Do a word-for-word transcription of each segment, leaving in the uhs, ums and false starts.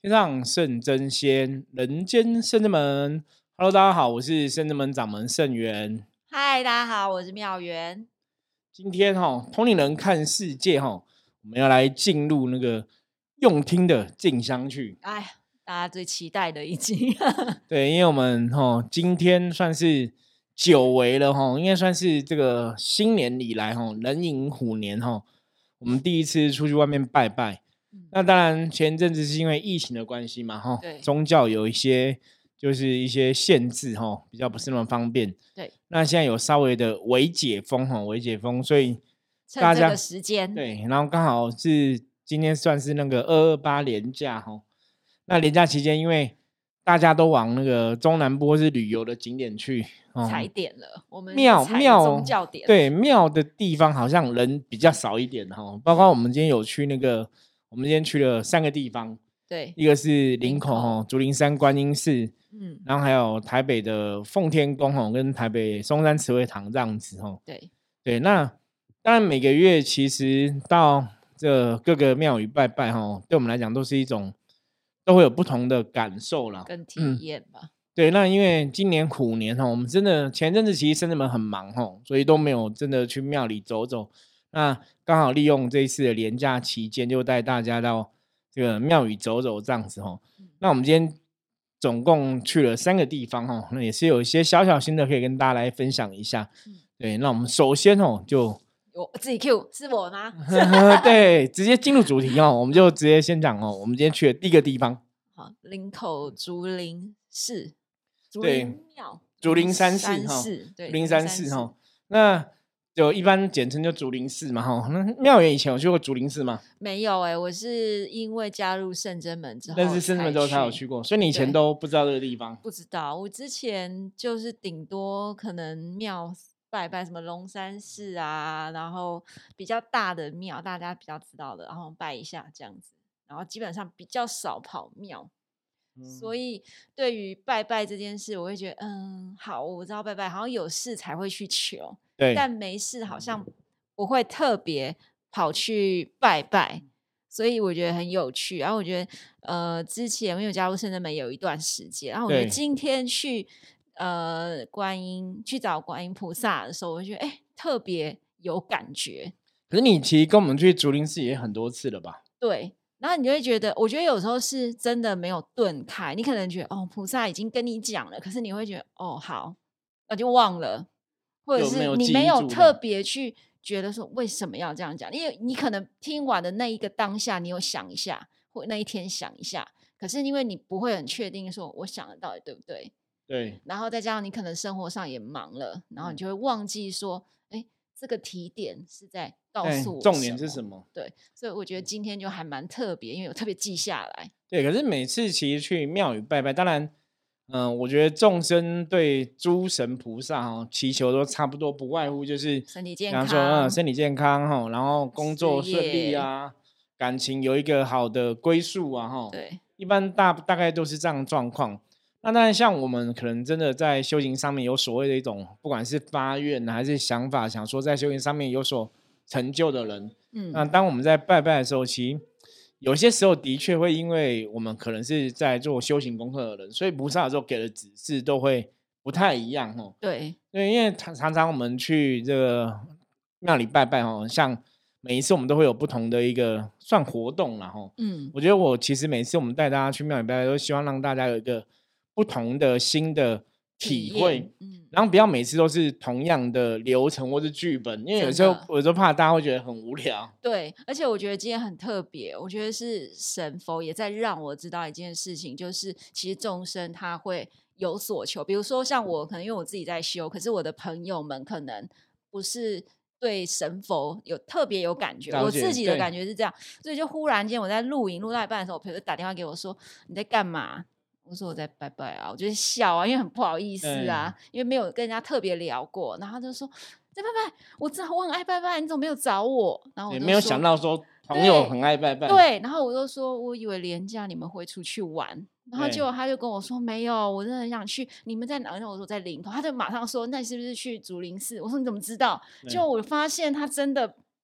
天上圣真仙，人间圣真门。Hello， 大家好，我是圣真门掌门圣元。 嗨，大家好，我是妙元。 今天哈，通灵人看世界哈，我们要来进入那个用听的静香去。 哎，大家最期待的一集。 对，因为我们哈今天算是久违了哈，应该算是这个新年以来哈，壬寅虎年哈，我们第一次出去外面拜拜。那当然，前阵子是因为疫情的关系嘛，哈，宗教有一些就是一些限制，哈，比较不是那么方便。 对， 那现在有稍微的微解封，哈，微解封，所以大家趁这个时间， 对，然后刚好是今天算是那个二二八连假，哈，那连假期间，因为大家都往那个中南部或是旅游的景点去，哦、 踩点了，我们庙庙宗教点， 对庙的地方好像人比较少一点，哈，包括我们今天有去那个。我们今天去了三个地方， 对， 一个是林口哈竹林山观音寺，嗯，然后还有台北的奉天宫哈，跟台北松山慈惠堂这样子哈， 对对。那当然每个月其实到这各个庙宇拜拜哈，对我们来讲都是一种都会有不同的感受啦， 跟体验吧、嗯。 对，那因为今年虎年哈，我们真的前阵子其实圣真门很忙哈，所以都没有真的去庙里走走。那刚好利用这一次的连假期间，就带大家到这个庙宇走走这样子哈。那我们今天总共去了三个地方哈，那也是有一些小小心得可以跟大家来分享一下。对，那我们首先哦，就我自己 Q 是我吗？ 对，直接进入主题哦，我们就直接先讲哦，我们今天去的第一个地方， 好，林口竹林寺，竹林庙， 竹林山寺哈， 对， 竹林山寺哈，那。就一般简称就竹林寺嘛，哈。那妙元以前有去过竹林寺吗？ 没有哎、欸，我是因为加入圣真门之后， 但是圣真门之后才有去过，所以你以前都不知道这个地方。 不知道，我之前就是顶多可能庙拜拜什么龙山寺啊，然后比较大的庙，大家比较知道的，然后拜一下这样子，然后基本上比较少跑庙。所以对于拜拜这件事，我会觉得，嗯，好，我知道拜拜好像有事才会去求， 对， 但没事好像不会特别跑去拜拜，所以我觉得很有趣。然后我觉得，呃，之前没有加入圣真门有一段时间，然后我觉得今天去呃观音去找观音菩萨的时候，我就觉得，哎，特别有感觉。 可是你其实跟我们去竹林寺也很多次了吧？ 对。然后你就会觉得，我觉得有时候是真的没有顿开，你可能觉得哦，菩萨已经跟你讲了，可是你会觉得哦，好，那就忘了，或者是你没有特别去觉得说为什么要这样讲，因为你可能听完的那一个当下，你有想一下，或那一天想一下，可是因为你不会很确定说我想的到底对不对， 对， 然后再加上你可能生活上也忙了，然后你就会忘记说，哎，这个提点是在告诉我重点是什么？ 对，所以我觉得今天就还蛮特别，因为我特别记下来。 对，可是每次其实去庙宇拜拜，当然，嗯、呃，我觉得众生对诸神菩萨哈、哦、祈求都差不多，不外乎就是身体健康， 比方说嗯，身体健康哈，然后工作顺利啊，感情有一个好的归宿啊哈。 对， 一般大大概都是这样的状况。那当然，像我们可能真的在修行上面有所谓的一种，不管是发愿还是想法，想说在修行上面有所成就的人，嗯，那当我们在拜拜的时候，其实有些时候的确会因为我们可能是在做修行功课的人，所以菩萨有时候给的指示都会不太一样哦。 对， 对，因为常常常我们去这个庙里拜拜哦，像每一次我们都会有不同的一个算活动啦吼。嗯，我觉得我其实每次我们带大家去庙里拜拜，都希望让大家有一个不同的新的体会，嗯，然后不要每次都是同样的流程或是剧本，因为有时候有时候怕大家会觉得很无聊。 对，而且我觉得今天很特别，我觉得是神佛也在让我知道一件事情，就是其实众生他会有所求，比如说像我，可能因为我自己在修，可是我的朋友们可能不是对神佛有特别有感觉，我自己的感觉是这样，所以就忽然间我在录影录到一半的时候，我朋友打电话给我说你在干嘛？我说我在拜拜啊，我就笑啊，因为很不好意思啊，因为没有跟人家特别聊过，然后他就说在拜拜，我知道我很爱拜拜，你怎么没有找我？然后我就也没有想到说朋友很爱拜拜， 对，然后我就说我以为连假你们会出去玩，然后结果他就跟我说没有，我真的很想去，你们在哪？然后我说在林口，他就马上说那是不是去竹林寺？我说你怎么知道？就我发现他真的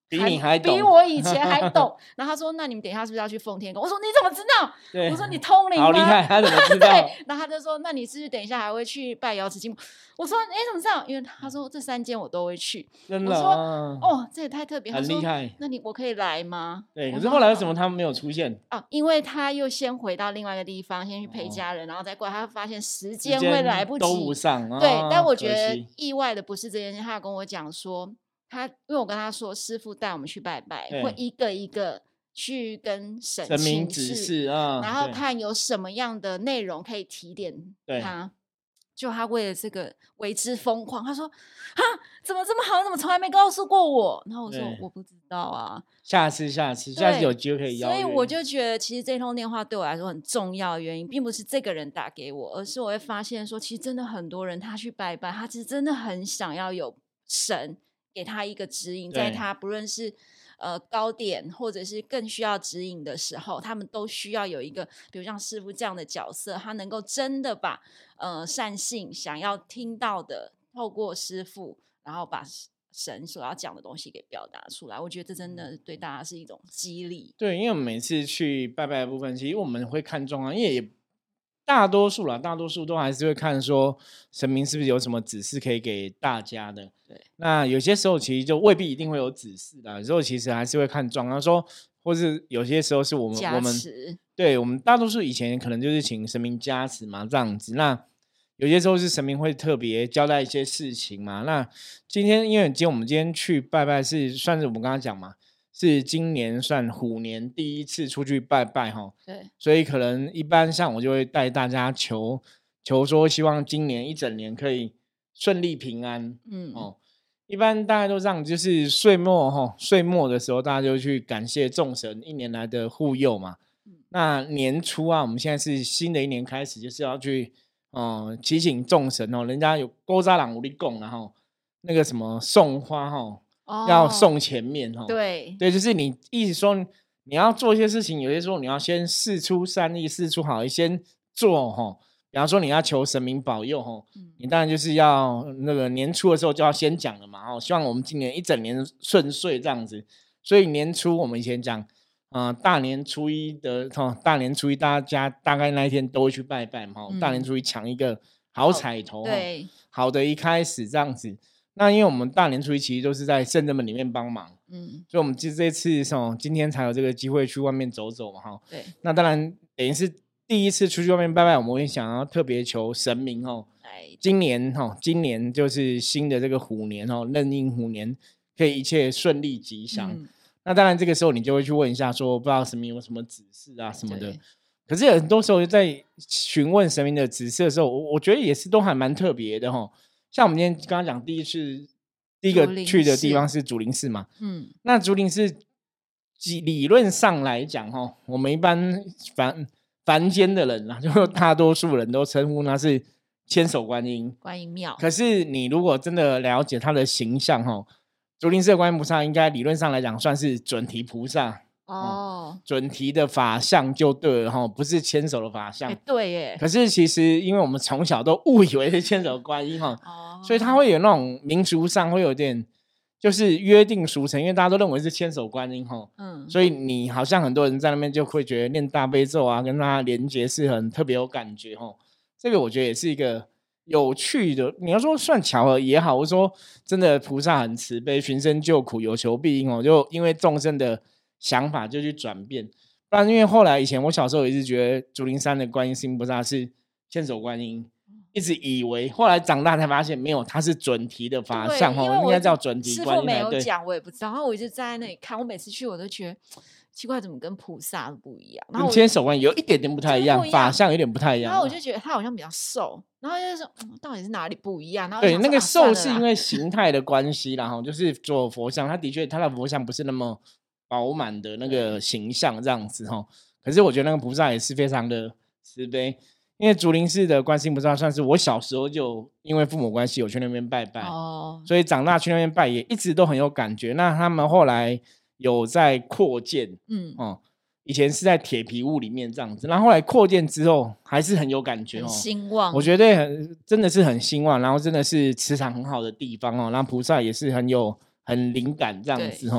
比你还懂， 比我以前还懂。然后他说：“那你们等一下是不是要去奉天宫？”我说：“你怎么知道？”我说：“你通灵吗？” 好厉害，他怎么知道？ 对，然后他就说：“那你是不是等一下还会去拜瑶池金母？”我说：“你怎么知道？”因为他说这三间我都会去。 真的、 我说：“ 啊、 哦，这也太特别， 很厉害。” 那你我可以来吗？ 对，可是后来为什么他们没有出现？ 啊，因为他又先回到另外一个地方，先去陪家人，哦、然后再过来，他发现时间会来不及， 都不上。哦、 对，但我觉得意外的不是这件事，他跟我讲说。他因为我跟他说，师父带我们去拜拜，会一个一个去跟神神明指示啊， 然后看有什么样的内容可以提点他。就他为了这个为之疯狂，他说：“哈，怎么这么好？怎么从来没告诉过我？”然后我说：“我不知道啊。” 下次，下次，下次有机会可以邀约。 所以我就觉得，其实这通电话对我来说很重要的原因，并不是这个人打给我，而是我会发现说，其实真的很多人他去拜拜，他其实真的很想要有神。给他一个指引，在他不论是呃高点，或者是更需要指引的时候，他们都需要有一个，比如像师父这样的角色，他能够真的把呃善信想要听到的，透过师父，然后把神所要讲的东西给表达出来。我觉得这真的对大家是一种激励。 对，因为我们每次去拜拜的部分，其实我们会看状况，因为也大多数啦，大多数都还是会看说神明是不是有什么指示可以给大家的。 对， 那有些时候其实就未必一定会有指示啦，有时候其实还是会看状况，说或是有些时候是我们我们对我们大多数以前可能就是请神明加持嘛，这样子。那有些时候是神明会特别交代一些事情嘛。那今天因为今天我们今天去拜拜是算是我们刚刚讲嘛。是今年算虎年第一次出去拜拜哈， 对， 所以可能一般像我就会带大家求求说，希望今年一整年可以顺利平安，嗯哦，一般大家都这样，就是岁末哈，岁末的时候大家就去感谢众神一年来的护佑嘛。嗯、那年初啊，我们现在是新的一年开始，就是要去哦祈请众神哦，人家有勾扎朗无力供，然后那个什么送花哈。哦、要送前面哦， 对对，就是你意思说你要做一些事情，有些时候你要先释出善意，释出好意，先做哈。比方说你要求神明保佑哈，嗯、你当然就是要那个年初的时候就要先讲了嘛，哦，希望我们今年一整年顺遂这样子。所以年初我们以前讲，呃，大年初一的哈，大年初一大家大概那一天都会去拜拜嘛，嗯、大年初一抢一个好彩头， 对， 好的一开始这样子。那因为我们大年初一其实都是在圣人们里面帮忙，嗯，所以我们其实这次哦，今天才有这个机会去外面走走嘛，哈， 对。 那当然等于是第一次出去外面拜拜，我们会想要特别求神明哦，今年哈，今年就是新的这个虎年哦，壬寅虎年，可以一切顺利吉祥。嗯、那当然这个时候你就会去问一下说，不知道神明有什么指示啊什么的。可是很多时候在询问神明的指示的时候，我我觉得也是都还蛮特别的哈。像我们今天刚刚讲第一次第一个去的地方是竹林寺嘛，嗯，那竹林寺理论上来讲哈，我们一般凡凡间的人啊，就大多数人都称呼那是千手观音， 观音庙。 可是你如果真的了解他的形象哈，竹林寺的观音菩萨应该理论上来讲算是准提菩萨。哦、嗯，准提的法相就对了哈，不是牵手的法相、 欸。对耶。 可是其实因为我们从小都误以为是牵手观音哈，哦、所以他会有那种民俗上会有点就是约定俗成，因为大家都认为是牵手观音哈，嗯，所以你好像很多人在那边就会觉得念大悲咒啊，跟他连结是很特别有感觉哈。这个我觉得也是一个有趣的，你要说算巧合也好，或者说真的菩萨很慈悲，寻声救苦，有求必应哦，就因为众生的想法就去转变，不然因为后来以前我小时候也是觉得竹林山的观音心菩萨是千手观音，一直以为，后来长大才发现没有，他是准提的法相哦，应该叫准提观音。 师父没有讲，我也不知道。然后我一直站在那里看，我每次去我都觉得奇怪，怎么跟菩萨不一样？然后千手观音有一点点不太一样，法相有点不太一样。 然后我就觉得他好像比较瘦，然后就说、嗯、到底是哪里不一样？然后对，那个瘦是因为形态的关系，然后就是做佛像，他的确他的佛像不是那么饱满的那个形象这样子哈，可是我觉得那个菩萨也是非常的慈悲，因为竹林寺的观世音菩萨算是我小时候就因为父母关系有去那边拜拜，哦，所以长大去那边拜也一直都很有感觉。那他们后来有在扩建，嗯哦，以前是在铁皮屋里面这样子，然后后来扩建之后还是很有感觉哦， 很兴旺， 我觉得很真的是很兴旺，然后真的是磁场很好的地方哦，然后菩萨也是很有很灵感这样子哦。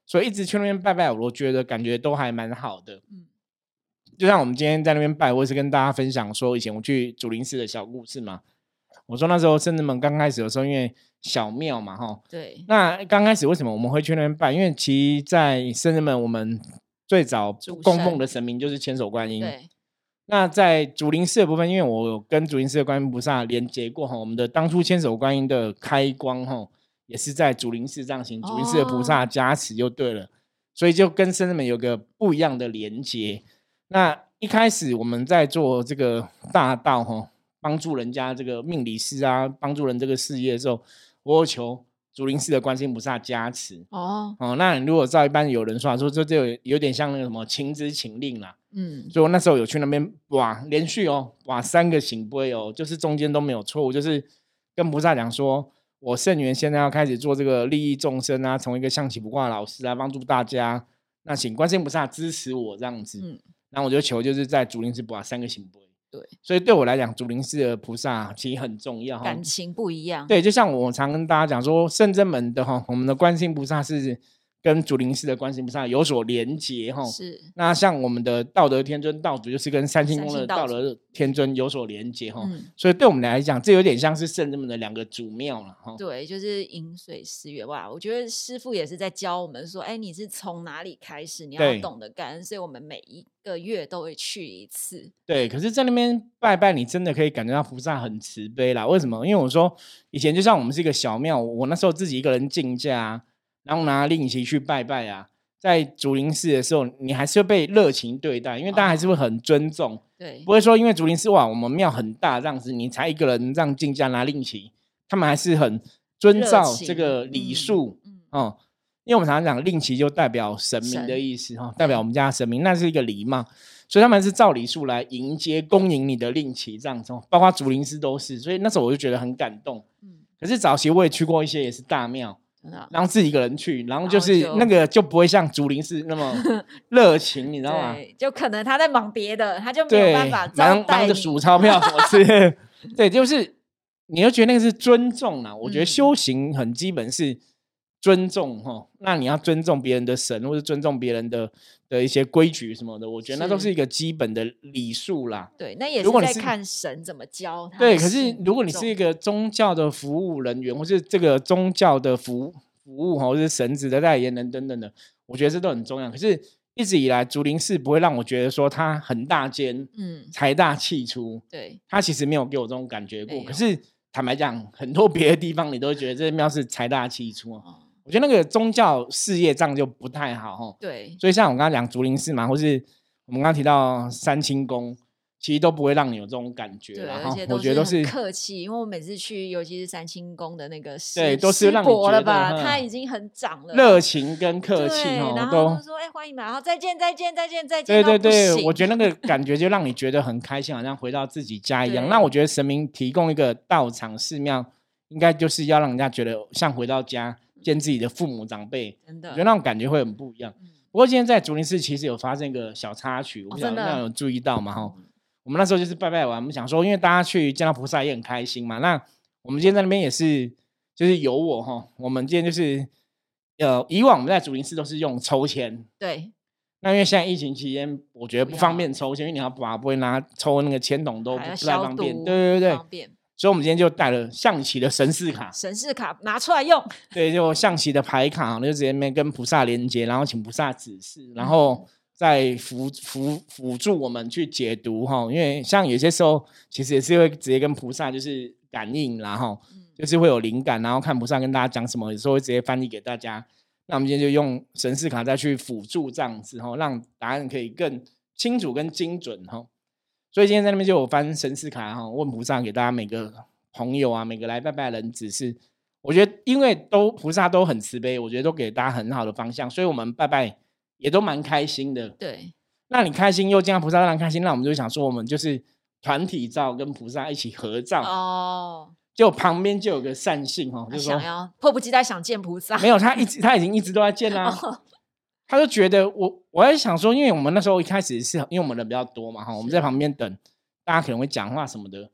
所以一直去那边拜拜，我觉得感觉都还蛮好的。 嗯， 就像我们今天在那边拜，我也是跟大家分享说，以前我去竹林寺的小故事嘛。我说那时候圣人们刚开始的时候，因为小庙嘛，哈， 对， 那刚开始为什么我们会去那边拜？因为其实在圣人们，我们最早供奉的神明就是千手观音。 对。 那在竹林寺的部分，因为我有跟竹林寺的观音菩萨连接过哈，我们的当初千手观音的开光哈，也是在竹林寺上行，竹林寺的菩萨加持就对了，哦、所以就跟圣人们有个不一样的连接。那一开始我们在做这个大道哈，帮助人家这个命理师啊，帮助人这个事业的时候，我有求竹林寺的观世音菩萨加持哦。哦，那你如果照一般有人说说这就有点像那个什么请旨请令啦。嗯，所以我那时候有去那边哇，连续哦哇三个醒杯哦，就是中间都没有错误，就是跟菩萨讲说，我圣元现在要开始做这个利益众生啊，从一个象棋卜卦老师啊，帮助大家，那请观世音菩萨支持我这样子。嗯，然后我就求就是在竹林寺卜三个醒杯。对，所以对我来讲，竹林寺的菩萨其实很重要， 感情不一样。 对，就像我常跟大家讲说，圣真门的哈，我们的观世音菩萨是跟竹林寺的观世音菩萨有所连结哈。是。那像我们的道德天尊道主，就是跟三清宫的道德天尊有所连结哈。嗯。所以对我们来讲，这有点像是圣真门的两个主庙了哈。 对，就是饮水思源哇！我觉得师父也是在教我们说，哎，你是从哪里开始，你要懂得感恩，所以我们每一个月都会去一次。 对，可是在那边拜拜，你真的可以感觉到菩萨很慈悲啦。为什么？因为我说以前就像我们是一个小庙，我那时候自己一个人进驾啊，然后拿令旗去拜拜啊，在竹林寺的时候，你还是会被热情对待，因为大家还是会很尊重，哦、对，不会说因为竹林寺哇，我们庙很大这样子，你才一个人这样进驾拿令旗，他们还是很遵照这个礼数，嗯嗯哦，因为我们常常讲令旗就代表神明的意思哈、哦，代表我们家的神明，那是一个礼貌，所以他们是照礼数来迎接恭迎你的令旗这样子，包括竹林寺都是，所以那时候我就觉得很感动。嗯，可是早期我也去过一些也是大庙。然后自己一个人去，然后就是那个就不会像竹林寺那么热情，你知道吗？ 对，就可能他在忙别的，他就没有办法招待你， 忙忙着数钞票什么之类的。对，就是你就觉得那个是尊重啦。我觉得修行很基本是尊重哈、嗯，那你要尊重别人的神，或者尊重别人的的一些规矩什么的，我觉得那都是一个基本的礼数啦。 对，那也是在看神怎么教他。 对，可是如果你是一个宗教的服务人员，或是这个宗教的服服务或是神职的代言人等等的，我觉得这都很重要。可是一直以来，竹林寺不会让我觉得说它很大间，嗯，财大气粗。对，它其实没有给我这种感觉过。可是坦白讲，很多别的地方你都会觉得这庙是财大气粗啊。哦，我觉得那个宗教事业这样就不太好。对，所以像我刚刚讲竹林寺嘛，或是我们刚刚提到三清宫，其实都不会让你有这种感觉。 对，而且都是很客气，因为我每次去，尤其是三清宫的那个师， 对，都是让你觉得吧，他已经很长了， 热情跟客气哦， 然后都说哎、欸、欢迎嘛，然后再见再见再见再见。对对对，我觉得那个感觉就让你觉得很开心，好像回到自己家一样。那我觉得神明提供一个道场寺庙，应该就是要让人家觉得像回到家。见自己的父母长辈，真的，我觉得那种感觉会很不一样。嗯、不过今天在竹林寺其实有发生一个小插曲，我不晓得大家有注意到嘛？哈、哦，我们那时候就是拜拜完，我们想说，因为大家去见到菩萨也很开心嘛。那我们今天在那边也是，就是有我哈，我们今天就是呃，以往我们在竹林寺都是用抽签，对。那因为现在疫情期间，我觉得不方便抽签，因为你要把不会拿抽那个签筒都不太方便，对对对，方便。所以我们今天就带了象棋的神士卡， 神士卡拿出来用。 对，就象棋的牌卡，就直接跟菩萨连接，然后请菩萨指示，然后再辅辅辅助我们去解读哈。因为像有些时候，其实也是会直接跟菩萨就是感应，然后就是会有灵感，然后看菩萨跟大家讲什么，有时候会直接翻译给大家。那我们今天就用神士卡再去辅助这样子哈，让答案可以更清楚跟精准哈。所以今天在那边就有翻神士卡哈，问菩萨给大家每个朋友啊，每个来拜拜的人指示。我觉得因为都菩萨都很慈悲，我觉得都给大家很好的方向，所以我们拜拜也都蛮开心的。对，那你开心又见到菩萨让开心，那我们就想说，我们就是团体照跟菩萨一起合照哦。就旁边就有个善信哈，就说想要迫不及待想见菩萨。 没有，他一直他已经一直都在见啦、啊。哦，他就觉得我，我在想说，因为我们那时候一开始是因为我们人比较多嘛，哈，我们在旁边等，大家可能会讲话什么的，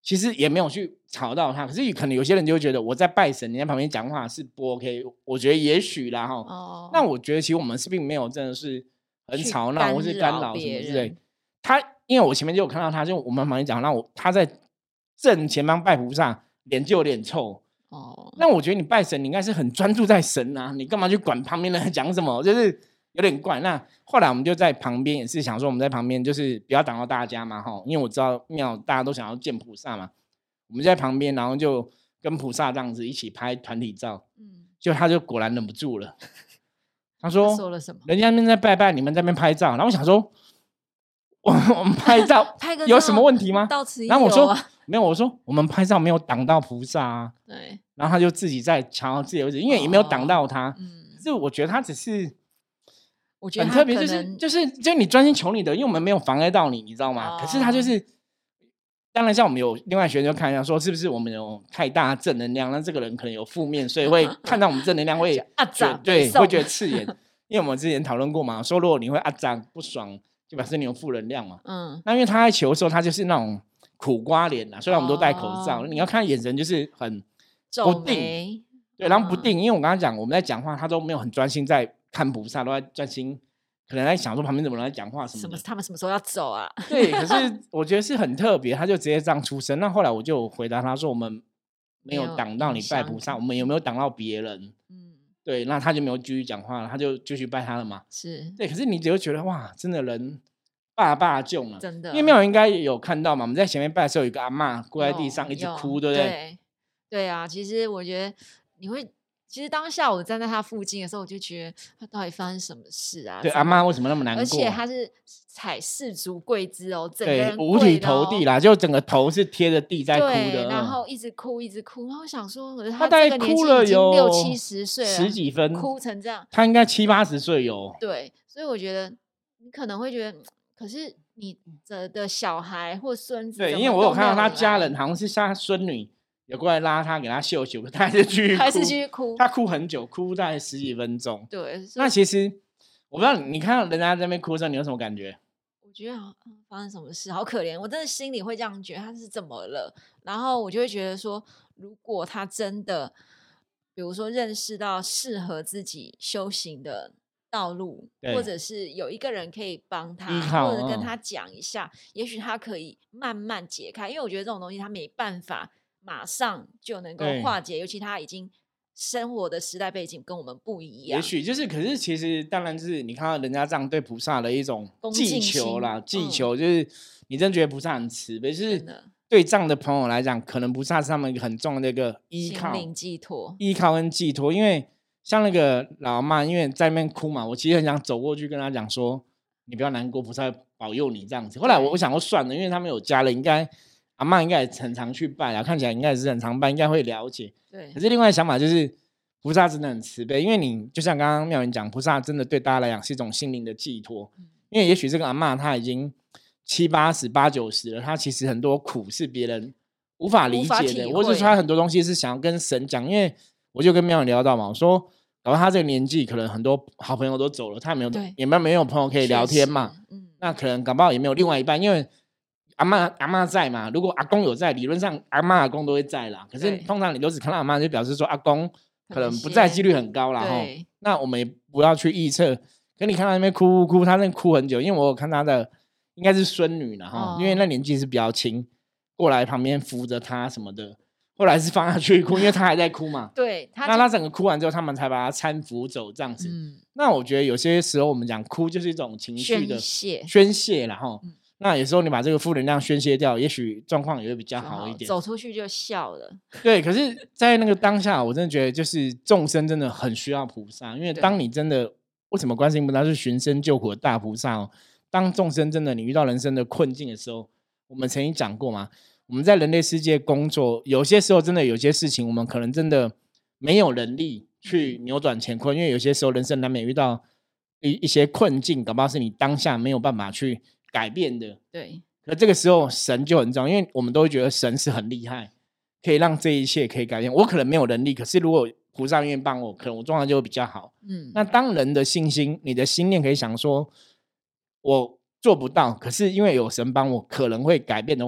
其实也没有去吵到他，可是可能有些人就会觉得我在拜神，你在旁边讲话是不 OK。我觉得也许啦哈、哦，那我觉得其实我们是并没有真的是很吵闹或是干扰什么之类。他因为我前面就有看到他，就我们旁边讲，那我他在正前方拜菩萨，脸就有点臭。哦，那我觉得你拜神，你应该是很专注在神啊，你干嘛去管旁边的人讲什么？就是有点怪。那后来我们就在旁边也是想说，我们在旁边就是不要挡到大家嘛，哈，因为我知道庙大家都想要见菩萨嘛，我们就在旁边，然后就跟菩萨这样子一起拍团体照。嗯，就他就果然忍不住了，他说：“他说了什么？人家那边在拜拜，你们在那边拍照。”然后我想说，我我们拍照拍个有什么问题吗？到此一游啊。然后我说没有，我说我们拍照没有挡到菩萨啊。对。然后他就自己在瞧自己的位置，因为也没有挡到他。哦、嗯。可是我觉得他只是。我觉得很特别，就是就是就你专心求你的，因为我们没有妨碍到你，你知道吗？哦、可是他就是，当然像我们有另外学生就看一下，说是不是我们有太大正能量，那这个人可能有负面，所以会看到我们正能量会啊长对，会觉得刺眼。因为我们之前讨论过嘛，说如果你会啊长不爽，就表示你有负能量嘛。嗯。那因为他在求的时候，他就是那种苦瓜脸啦，虽然我们都戴口罩，哦、你要看眼神就是很不定，对，然后不定，因为我刚刚讲我们在讲话，他都没有很专心在。看菩萨都在专心，可能在想说旁边怎么人在讲话什么的。什么？他们什么时候要走啊？对，可是我觉得是很特别，他就直接这样出声。那后来我就回答他说：“我们没有挡到你拜菩萨，我们有没有挡到别人？”嗯，对，那他就没有继续讲话了，他就继续拜他了嘛。是，对。可是你只会觉得哇，真的人爸爸救了，真的。因为庙人应该有看到嘛，我们在前面拜的时候，有一个阿嬷跪在地上一直哭，对不对？对，对啊。其实我觉得你会。其实当下我站在他附近的时候，我就觉得他到底发生什么事啊？对，阿嬷为什么那么难过？而且他是踩四足跪姿哦，整个人五体投地啦，就整个头是贴着地在哭的，然后一直哭一直哭。然后我想说，他这个年纪已经六七十岁了，十几分，哭成这样，他应该七八十岁有。对，所以我觉得你可能会觉得，可是你的的小孩或孙子，对，因为我有看到他家人好像是像他孙女。有过来拉他，给他秀秀，他还是继续哭，还是继续哭。他哭很久，哭大概十几分钟。对，那其实我不知道你看到人家在那边哭的时候，你有什么感觉？我觉得好、嗯、发生什么事，好可怜。我真的心里会这样觉得，他是怎么了？然后我就会觉得说，如果他真的，比如说认识到适合自己修行的道路，或者是有一个人可以帮他，或者跟他讲一下，嗯、也许他可以慢慢解开。因为我觉得这种东西他没办法。马上就能够化解，尤其他已经生活的时代背景跟我们不一样。也许就是，可是其实当然就是你看到人家这样对菩萨的一种祈求啦，祈求、嗯、就是你真觉得菩萨很慈悲，就是对这样的朋友来讲，可能菩萨是他们一个很重要的一个依靠、心灵寄托、依靠跟寄托。因为像那个老阿嬷，因为在那边哭嘛，我其实很想走过去跟他讲说，你不要难过，菩萨保佑你这样子。后来我我想说算了，因为他们有家人，应该。阿嬷应该也很常去拜啊，看起来应该也是很常拜，应该会了解。对。可是另外的想法就是，菩萨真的很慈悲，因为你就像刚刚妙云讲，菩萨真的对大家来讲是一种心灵的寄托。嗯、因为也许这个阿嬷她已经七八十、八九十了，她其实很多苦是别人无法理解的，或者说她很多东西是想要跟神讲。因为我就跟妙云聊到嘛，我说，搞到她这个年纪，可能很多好朋友都走了，她没有也没有没有朋友可以聊天嘛。嗯。那可能搞不好也没有另外一半，因为。阿嬷阿嬷在嘛？如果阿公有在，理论上阿嬷阿公都会在啦。可是通常你都只看到阿嬷，就表示说阿公可能不在几率很高啦齁。那我们也不要去预测。可你看到那边哭哭哭，他那哭很久，因为我有看他的应该是孙女啦齁、哦，因为那年纪是比较轻，过来旁边扶着他什么的。后来是放他去哭，因为他还在哭嘛。对，他那他整个哭完之后，他们才把他搀扶走这样子。嗯、那我觉得有些时候我们讲哭就是一种情绪的宣泄，宣泄啦齁。嗯那有时候你把这个负能量宣泄掉，也许状况也会比较好一点，走出去就笑了。对，可是在那个当下我真的觉得就是众生真的很需要菩萨，因为当你真的为什么观世音菩萨是寻声救苦的大菩萨哦？当众生真的你遇到人生的困境的时候，我们曾经讲过嘛，我们在人类世界工作，有些时候真的有些事情我们可能真的没有能力去扭转乾坤，因为有些时候人生难免遇到一一些困境，搞不好是你当下没有办法去改变的。对，可这个时候神就很重要，因为我们都会觉得神是很厉害，可以让这一切可以改变。我可能没有能力，可是如果菩萨愿意帮我，可能我状态就会比较好。嗯，那当人的信心，你的心念可以想说，我做不到，可是因为有神帮我，可能会改变的话，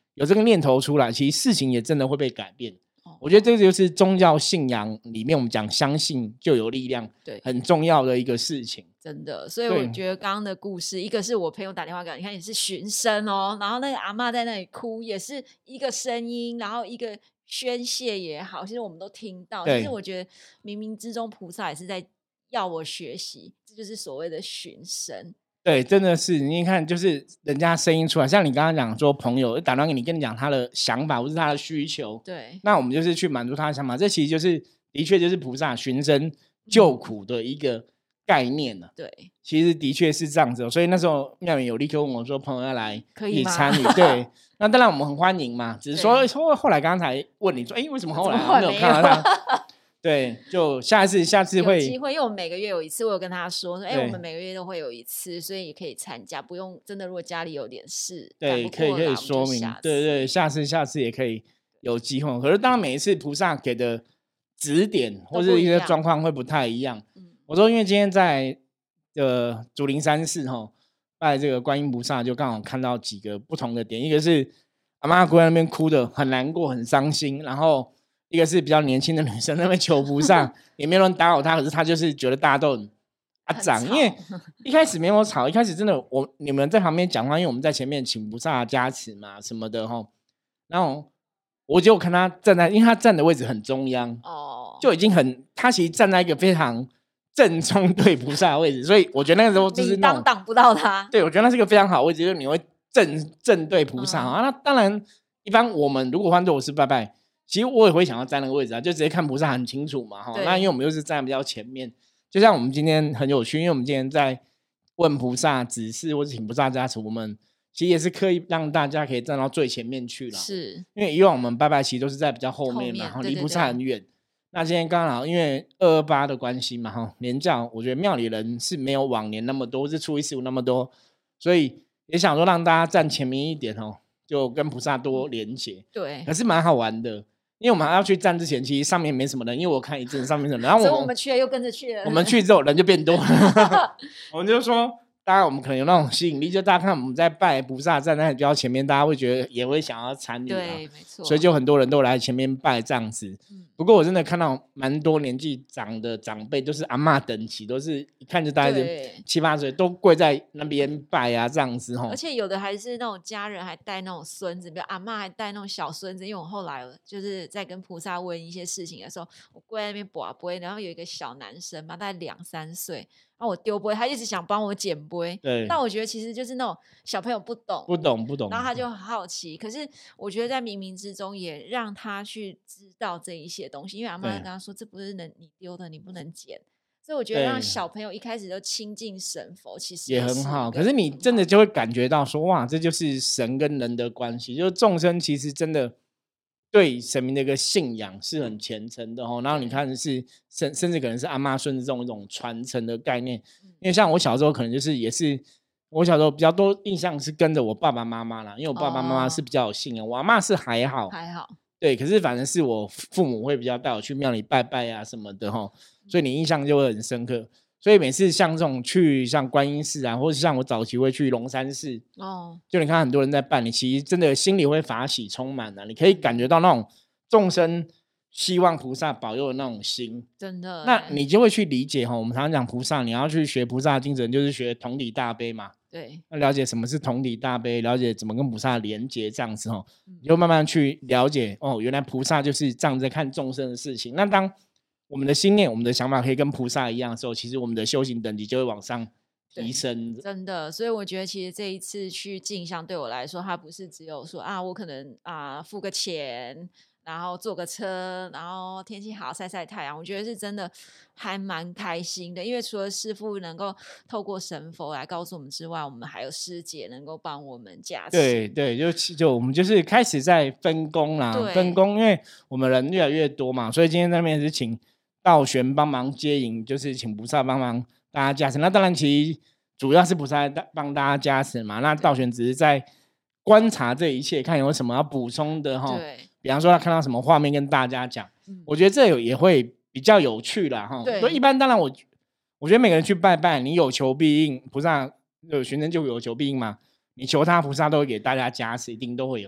有这个念头出来，其实事情也真的会被改变。 哦我觉得这个就是宗教信仰里面我们讲相信就有力量， 对， 很重要的一个事情。 真的，所以我觉得刚刚的故事，一个是我朋友打电话给我，你看也是寻声哦，然后那个阿嬷在那里哭，也是一个声音，然后一个宣泄也好，其实我们都听到。其实我觉得冥冥之中菩萨也是在要我学习，这就是所谓的寻声。 对，真的是你看，就是人家声音出来，像你刚刚讲说朋友打电话给你，跟你讲他的想法或是他的需求， 对， 那我们就是去满足他的想法，这其实就是的确就是菩萨寻声救苦的一个概念了、啊。 对， 其实的确是这样子、哦，所以那时候妙远有立刻问我说，朋友要来可以参与，对，那当然我们很欢迎嘛，只是说说后来刚才问你说，哎，为什么后来没有看到他？对，就下次下次会有机会，因为我们每个月有一次，我有跟他说，哎，我们每个月都会有一次，所以也可以参加，不用真的，如果家里有点事， 对，可以可以说明，对对，下次下次也可以有机会。可是当然每一次菩萨给的指点或者一些状况会不太一样。嗯、我说，因为今天在呃竹林山寺哈、哦、拜这个观音菩萨，就刚好看到几个不同的点，一个是阿嬷跪在那边哭的很难过很伤心，然后。一个是比较年轻的女生在那边求菩萨，也没有人打扰她，可是她就是觉得大家都很阿长，因为一开始没有吵，一开始真的我你们在旁边讲话，因为我们在前面请菩萨加持嘛什么的哈，然后我就看他站在，因为他站的位置很中央哦，就已经很，他其实站在一个非常正中对菩萨的位置，所以我觉得那个时候就是那种挡不到他， 对，我觉得那是一个非常好的位置，就是你会正正对菩萨、嗯、啊。那当然，一般我们如果换作我是拜拜。其实我也会想要站那个位置啊，就直接看菩萨很清楚嘛。那因为我们又是站比较前面，就像我们今天很有趣，因为我们今天在问菩萨指示或者请菩萨加持，我们其实也是刻意让大家可以站到最前面去了。 是因为以往我们拜拜其实都是在比较后面嘛，然后离菩萨很远。那今天刚好因为二二八的关系嘛，哈，年假我觉得庙里人是没有往年那么多，是初一十五那么多，所以也想说让大家站前面一点哦，就跟菩萨多连结。 对， 可是蛮好玩的。因为我们还要去站之前，其实上面没什么人，因为我看一阵上面什么人，然后我们所以我们去了又跟着去了。 我们去之后人就变多了，我们就说，当然我们可能有那种吸引力，就大家看我们在拜菩萨站在比较前面，大家会觉得也会想要参与， 对，没错。 所以就很多人都来前面拜这样子。嗯、不过我真的看到蛮多年纪长的长辈，都是阿嬷等级，都是一看就大概七八岁，都跪在那边拜啊这样子吼。 而且有的还是那种家人还带那种孙子，比如阿嬷还带那种小孙子。因为我后来就是在跟菩萨问一些事情的时候，我跪在那边跋杯，然后有一个小男生嘛，大概两三岁，然后我丢杯，他一直想帮我捡杯。 对。 但我觉得其实就是那种小朋友不懂， 不懂不懂， 然后他就很好奇。可是我觉得在冥冥之中也让他去知道这一些东西，因为阿嬷跟他说这不是能你丢的，你不能捡。所以我觉得让小朋友一开始就亲近神佛，其实也很好。可是你真的就会感觉到说，哇，这就是神跟人的关系，就是众生其实真的对神明的一个信仰是很虔诚的哦。然后你看是甚甚至可能是阿嬷孙子这种一种传承的概念。因为像我小时候可能就是也是我小时候比较多印象是跟着我爸爸妈妈啦，因为我爸爸妈妈是比较有信仰，我阿嬷是还好还好。 对，可是反正是我父母会比较带我去庙里拜拜啊什么的齁，所以你印象就会很深刻。所以每次像这种去像观音寺啊，或者像我早期会去龙山寺哦，就你看很多人在拜，你其实真的心里会法喜充满啊，你可以感觉到那种众生希望菩萨保佑的那种心， 真的。 那你就会去理解齁，我们常常讲菩萨，你要去学菩萨的精神，就是学同体大悲嘛。 对， 要了解什么是同体大悲，了解怎么跟菩萨连结这样子哦，你就慢慢去了解哦，原来菩萨就是这样在看众生的事情。那当我们的心念、我们的想法可以跟菩萨一样的时候，其实我们的修行等级就会往上提升。 真的，所以我觉得其实这一次去进香对我来说，它不是只有说啊，我可能啊付个钱。然后坐个车，然后天气好晒晒太阳，我觉得是真的还蛮开心的。因为除了师父能够透过神佛来告诉我们之外，我们还有师姐能够帮我们加持。 对对，就就我们就是开始在分工啦，分工，因为我们人越来越多嘛，所以今天那边是请道玄帮忙接引，就是请菩萨帮忙大家加持。那当然，其实主要是菩萨帮大家加持嘛，那道玄只是在观察这一切，看有什么要补充的哈。 对。 比方说他看到什么画面跟大家讲、嗯、我觉得这有也会比较有趣啦齁。对，所以一般当然我我觉得每个人去拜拜，你有求必应，菩萨有寻声就有求必应嘛，你求他菩萨都会给大家加持，一定都会有。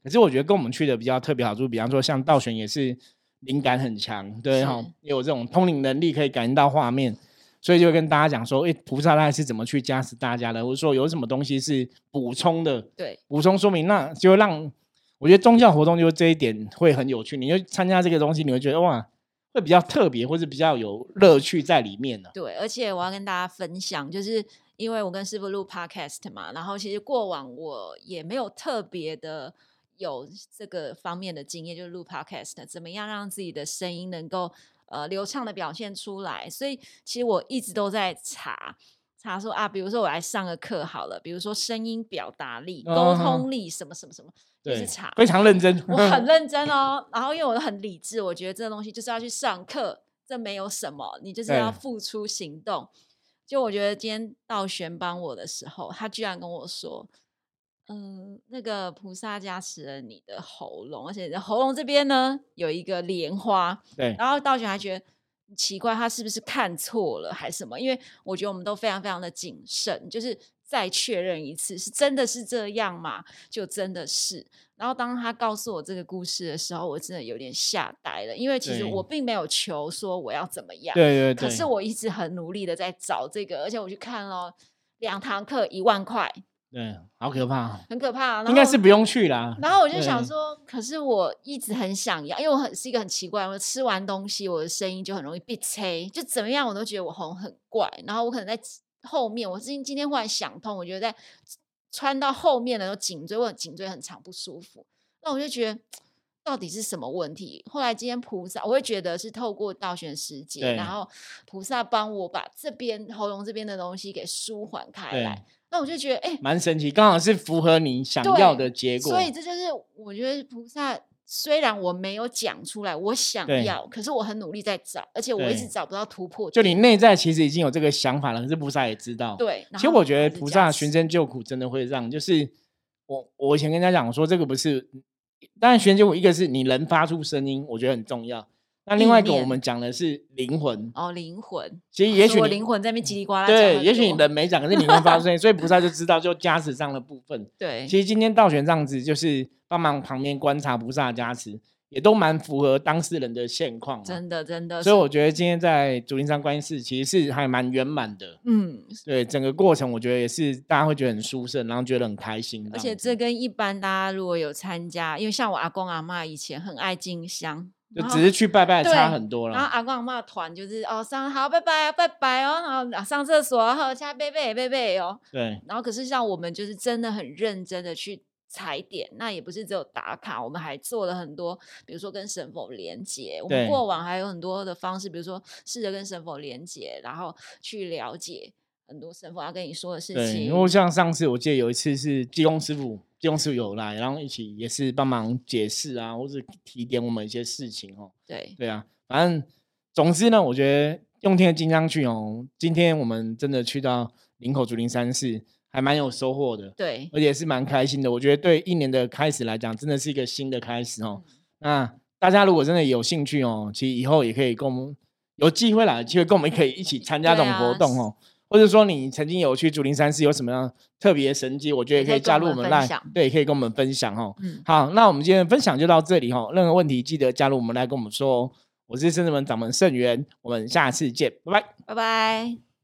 可是我觉得跟我们去的比较特别好处，比方说像道玄也是灵感很强，对哈，也有这种通灵能力可以感应到画面，所以就跟大家讲说，哎，菩萨大概是怎么去加持大家的，或者说有什么东西是补充的， 对， 补充说明，那就让我觉得宗教活动就这一点会很有趣，你就参加这个东西，你会觉得哇，会比较特别，或是比较有乐趣在里面呢、啊。 对，而且我要跟大家分享，就是因为我跟师父录 podcast 嘛，然后其实过往我也没有特别的有这个方面的经验，就是录 podcast 怎么样让自己的声音能够呃流畅的表现出来，所以其实我一直都在查查说啊，比如说我来上个课好了，比如说声音表达力、沟通力什么什么什么。就是查非常认真， 我很认真哦。然后因为我很理智，我觉得这个东西就是要去上课，这没有什么，你就是要付出行动。就我觉得今天道玄帮我的时候，他居然跟我说：“嗯、呃，那个菩萨加持了你的喉咙，而且你的喉咙这边呢有一个莲花。” 对， 然后道玄还觉得奇怪，他是不是看错了还是什么？因为我觉得我们都非常非常的谨慎，就是再确认一次，是真的是这样吗？就真的是。然后当他告诉我这个故事的时候，我真的有点吓呆了，因为其实我并没有求说我要怎么样， 对对对， 可是我一直很努力的在找这个，而且我去看了两堂课一万块， 对，好可怕， 很可怕。 应该是不用去啦。 然后我就想说，可是我一直很想要，因为我很是一个很奇怪，我吃完东西我的声音就很容易闭塞，就怎么样我都觉得我喉咙很怪，然后我可能在后面，我今今天忽然想通，我觉得在穿到后面的时候颈椎，我颈椎很长不舒服，那我就觉得到底是什么问题？后来今天菩萨，我会觉得是透过道玄师姐，然后菩萨帮我把这边喉咙这边的东西给舒缓开来，那我就觉得哎， 蛮、欸、神奇，刚好是符合你想要的结果。 所以这就是我觉得菩萨。虽然我没有讲出来我想要，可是我很努力在找，而且我一直找不到突破点。 就你内在其实已经有这个想法了，可是菩萨也知道。 对， 其实我觉得菩萨寻声救苦真的会让，就是我我以前跟大家讲说，这个不是，当然寻声救苦一个是你人发出声音，我觉得很重要。那另外一个我们讲的是灵魂哦，灵魂。 其实也许我灵魂在那边叽里呱啦， 对，也许你人没讲，可是灵魂发出声音，所以菩萨就知道，就加持上的部分。 对， 其实今天道玄这样子，就是帮忙旁边观察菩萨的加持。也都蛮符合当事人的现况、啊， 真的真的。 所以我觉得今天在竹林山观音寺其实是还蛮圆满的，嗯，对，整个过程我觉得也是大家会觉得很舒适，然后觉得很开心。 而且这跟一般大家如果有参加，因为像我阿公阿嬷以前很爱进香， 就只是去拜拜差很多了。 然后阿公阿嬷团就是哦上好拜拜拜拜哦，然后上厕所然后下拜拜拜拜哦， 对。 然后可是像我们就是真的很认真的去。踩点，那也不是只有打卡，我们还做了很多，比如说跟神佛连结，我们过往还有很多的方式，比如说试着跟神佛连结，然后去了解很多神佛要跟你说的事情。 对，因为像上次我记得有一次是济公师傅，济公师傅有来，然后一起也是帮忙解释啊，或者提点我们一些事情哦。 对对啊，反正总之呢，我觉得用天的金刚去哦，今天我们真的去到林口竹林山寺。还蛮有收获的， 对， 而且是蛮开心的。我觉得对一年的开始来讲，真的是一个新的开始哦。嗯、那大家如果真的有兴趣哦，其实以后也可以跟我们有机会啦，机会跟我们可以一起参加这种活动哦。啊、或者说你曾经有去竹林山寺有什么样特别神迹，我觉得也可以加入我们来，对，可以跟我们分享哦。嗯、好，那我们今天的分享就到这里哦。任何问题记得加入我们来跟我们说哦。我是圣真门掌门圣元，我们下次见，拜拜， 拜拜。